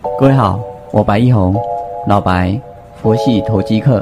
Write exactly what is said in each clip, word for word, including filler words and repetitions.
各位好，我白一红，老白，佛系投机客。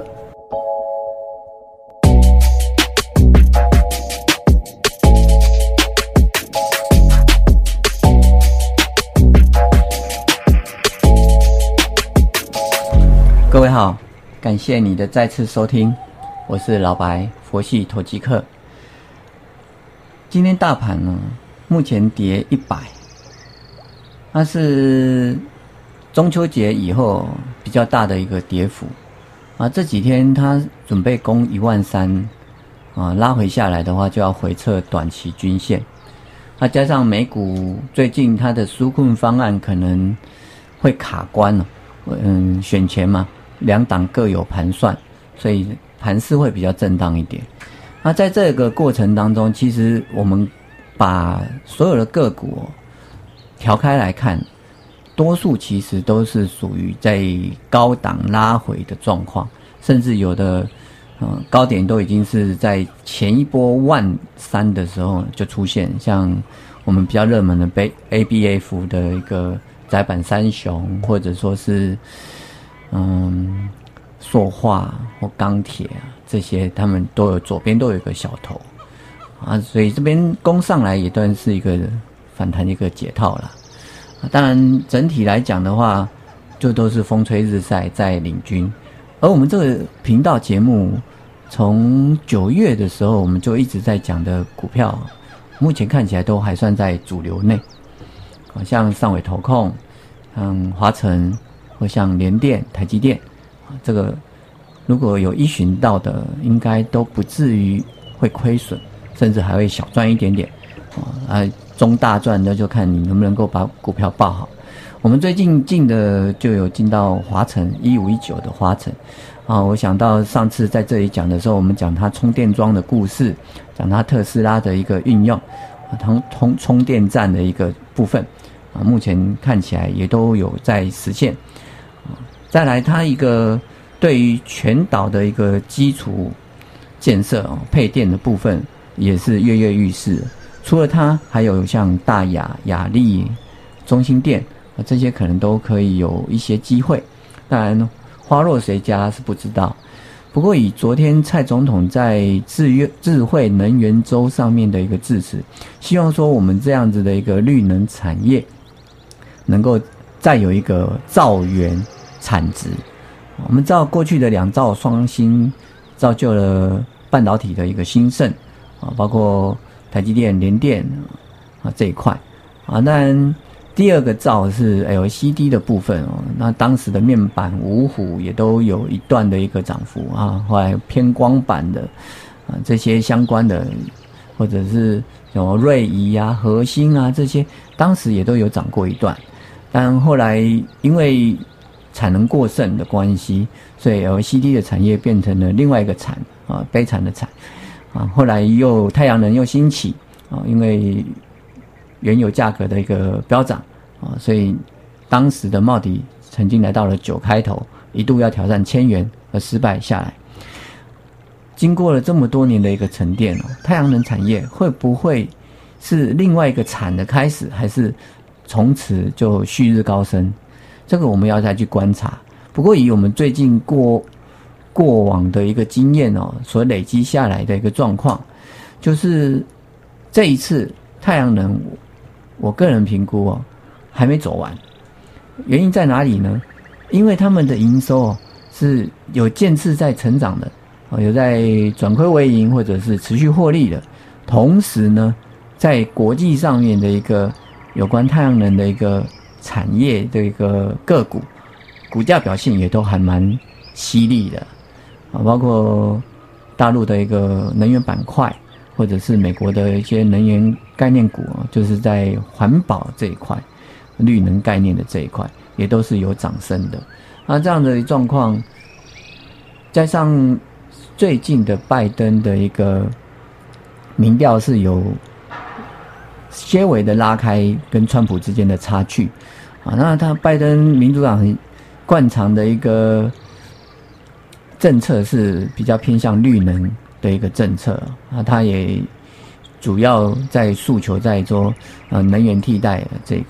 各位好，感谢你的再次收听，我是老白，佛系投机客。今天大盘呢，目前跌一百，它是中秋节以后比较大的一个跌幅啊。这几天它准备攻一万三啊，拉回下来的话就要回测短期均线。啊，加上美股最近它的纾困方案可能会卡关了，嗯，选前嘛，两党各有盘算，所以盘势会比较震荡一点。那在这个过程当中，其实我们把所有的个股调开来看，多数其实都是属于在高档拉回的状况，甚至有的呃高点都已经是在前一波万三的时候就出现，像我们比较热门的 A B F 的一个载板三雄，或者说是嗯塑化或钢铁啊，这些他们都有左边都有一个小头啊，所以这边攻上来也算是一个反弹一个解套啦。当然整体来讲的话，就都是风吹日晒在领军。而我们这个频道节目从九月的时候我们就一直在讲的股票，目前看起来都还算在主流内，像上尾投控，像华城，或像联电、台积电，这个如果有依循到的，应该都不至于会亏损，甚至还会小赚一点点啊，中大赚那就看你能不能够把股票抱好。我们最近进的就有进到华城一五一九的华城啊，我想到上次在这里讲的时候，我们讲它充电桩的故事，讲它特斯拉的一个运用，充充充电站的一个部分啊，目前看起来也都有在实现啊。再来，它一个对于全岛的一个基础建设啊，配电的部分也是跃跃欲试。除了它，还有像大雅、雅力、中兴电这些可能都可以有一些机会。当然花落谁家是不知道，不过以昨天蔡总统在智智慧能源周上面的一个致辞，希望说我们这样子的一个绿能产业能够再有一个兆元产值。我们知道过去的两兆双星造就了半导体的一个兴盛啊，包括台积电、联电啊这一块啊。但第二个兆是 L C D 的部分哦，那当时的面板、五虎也都有一段的一个涨幅啊，后来偏光板的啊这些相关的，或者是什么瑞仪啊、核心啊这些，当时也都有涨过一段，但后来因为产能过剩的关系，所以 L C D 的产业变成了另外一个产啊，悲惨的产啊。后来又太阳能又兴起啊，因为原油价格的一个飙涨啊，所以当时的茂迪曾经来到了九开头，一度要挑战千元而失败下来。经过了这么多年的一个沉淀哦，太阳能产业会不会是另外一个产的开始，还是从此就旭日高升？这个我们要再去观察。不过以我们最近过过往的一个经验哦，所累积下来的一个状况，就是这一次太阳能，我个人评估哦，还没走完。原因在哪里呢？因为他们的营收哦是有渐次在成长的，哦，有在转亏为盈或者是持续获利的。同时呢，在国际上面的一个有关太阳能的一个产业的一个个股，股价表现也都还蛮犀利的啊，包括大陆的一个能源板块，或者是美国的一些能源概念股啊，就是在环保这一块、绿能概念的这一块，也都是有涨升的。那这样的状况，加上最近的拜登的一个民调是有些微的拉开跟川普之间的差距啊，那他拜登民主党惯常的一个政策是比较偏向绿能的一个政策啊，他也主要在诉求在说呃能源替代这一块啊，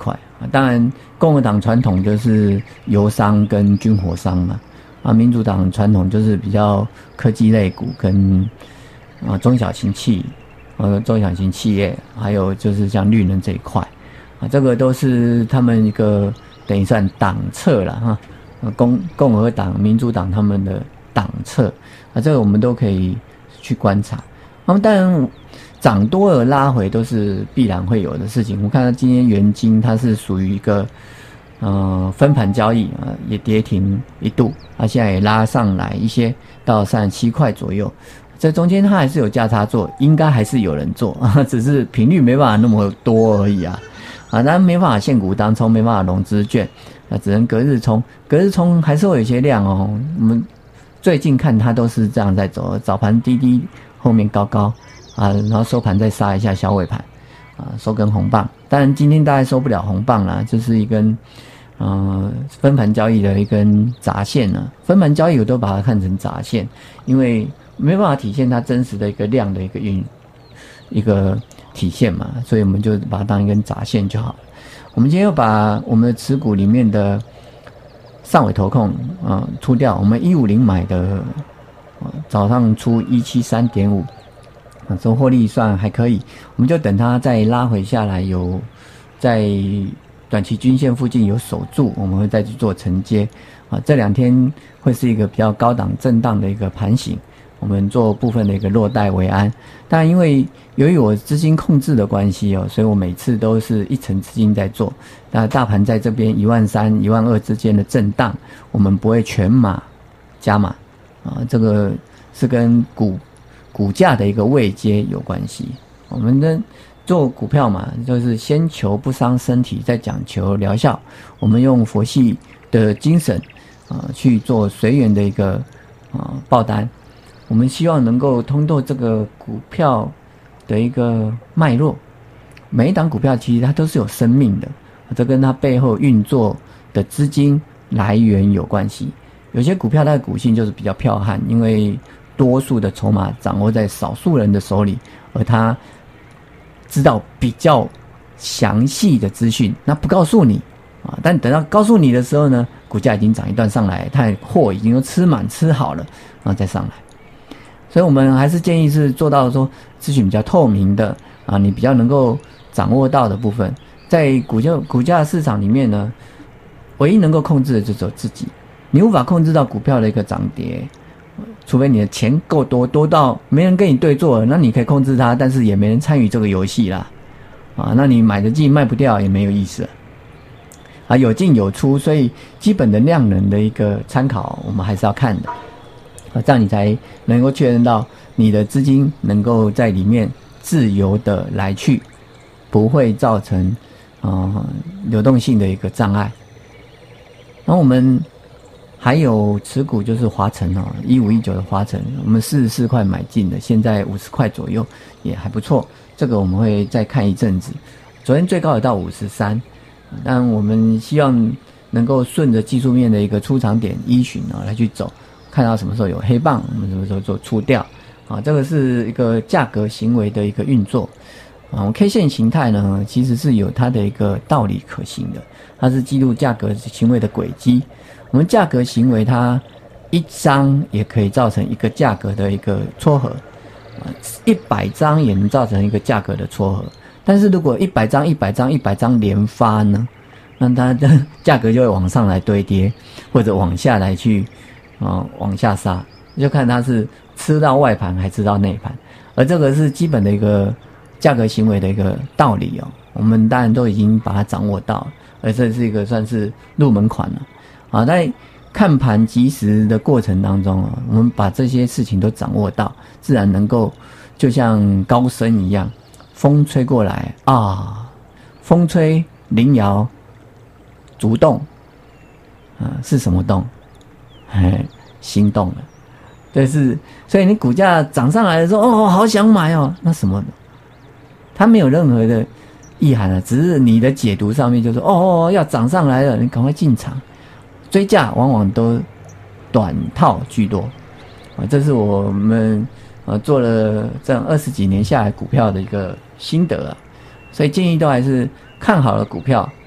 当然，共和党传统就是油商跟军火商嘛，啊，民主党传统就是比较科技类股跟啊中小型企呃中小型企业，还有就是像绿能这一块，啊，这个都是他们一个等于算党策了哈，共共和党、民主党他们的党策啊，这个我们都可以去观察。那么当然。涨多而拉回都是必然会有的事情。我看到今天元晶它是属于一个呃分盘交易啊、呃，也跌停一度，它、啊、现在也拉上来一些到三十七块左右。这中间它还是有价差做，应该还是有人做啊，只是频率没办法那么多而已啊。啊，当然没办法现股当冲，没办法融资券，啊，只能隔日冲。隔日冲还是会有一些量哦。我们最近看它都是这样在走，早盘低低，后面高高。啊，然后收盘再杀一下小尾盘，啊，收根红棒。当然今天大概收不了红棒啦，就是一根，呃，分盘交易的一根杂线呢。分盘交易我都把它看成杂线，因为没办法体现它真实的一个量的一个运一个体现嘛，所以我们就把它当一根杂线就好了。我们今天又把我们的持股里面的上尾投控啊、呃、出掉，我们一五零买的，呃、早上出一七三点五。啊，收获利算还可以，我们就等它再拉回下来，有在短期均线附近有守住，我们会再去做承接。啊，这两天会是一个比较高档震荡的一个盘形，我们做部分的一个落袋为安。当然，因为由于我资金控制的关系哦，所以我每次都是一层资金在做。那大盘在这边一万三、一万二之间的震荡，我们不会全码加码。啊，这个是跟股。股价的一个位阶有关系。我们的做股票嘛，就是先求不伤身体，再讲求疗效。我们用佛系的精神啊、呃、去做随缘的一个啊、呃、报单。我们希望能够通过这个股票的一个脉络，每一档股票其实它都是有生命的，这跟它背后运作的资金来源有关系。有些股票它的股性就是比较剽悍，因为多数的筹码掌握在少数人的手里，而他知道比较详细的资讯，那不告诉你啊，但等到告诉你的时候呢，股价已经涨一段上来，它的货已经都吃满吃好了，然后再上来。所以我们还是建议是做到说资讯比较透明的啊，你比较能够掌握到的部分，在股价股价市场里面呢，唯一能够控制的就只有自己，你无法控制到股票的一个涨跌。除非你的钱够多，多到没人跟你对做，那你可以控制它，但是也没人参与这个游戏啦，啊，那你买得进卖不掉也没有意思了，啊，有进有出，所以基本的量能的一个参考，我们还是要看的，啊，这样你才能够确认到你的资金能够在里面自由的来去，不会造成啊、呃、流动性的一个障碍。然后我们。还有持股就是华城哦，一五一九的华城，我们四十四块买进的，现在五十块左右也还不错。这个我们会再看一阵子。昨天最高有到五十三，但我们希望能够顺着技术面的一个出场点依循啊来去走，看到什么时候有黑棒，我们什么时候做出掉啊，这个是一个价格行为的一个运作啊。K 线形态呢，其实是有它的一个道理可行的，它是记录价格行为的轨迹。我们价格行为它一张也可以造成一个价格的一个撮合，一百张也能造成一个价格的撮合。但是如果一百张、一百张、一百张连发呢，那它的价格就会往上来堆叠，或者往下来去啊、呃、往下杀，就看它是吃到外盘还吃到内盘。而这个是基本的一个价格行为的一个道理哦，我们当然都已经把它掌握到了，而这是一个算是入门款了。啊，在看盘即时的过程当中啊，我们把这些事情都掌握到，自然能够就像高僧一样，风吹过来啊，风吹铃摇足动啊，是什么动？哎，心动了。对，是，所以你股价涨上来的时候，哦，好想买哦，那什么？它没有任何的意涵啊，只是你的解读上面就说，哦，要涨上来了，你赶快进场。追价往往都短套居多，啊，这是我们呃做了这样二十几年下来股票的一个心得啊，所以建议都还是看好了股票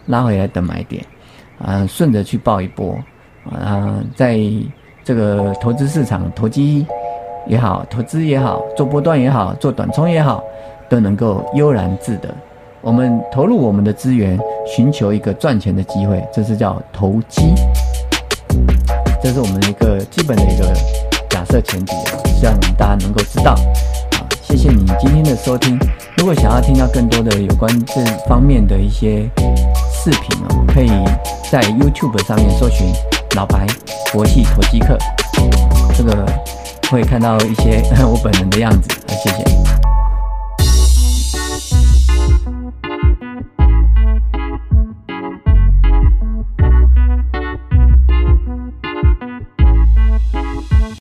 拉回来等买点，啊，顺着去抱一波，啊，在这个投资市场投机也好，投资也好，做波段也好，做短冲也好，都能够悠然自得。我们投入我们的资源，寻求一个赚钱的机会，这是叫投机。这是我们一个基本的一个假设前提，希望大家能够知道。啊，谢谢你今天的收听。如果想要听到更多的有关这方面的一些视频哦，可以在 YouTube 上面搜寻老白佛系投机客，这个会看到一些我本人的样子。谢谢。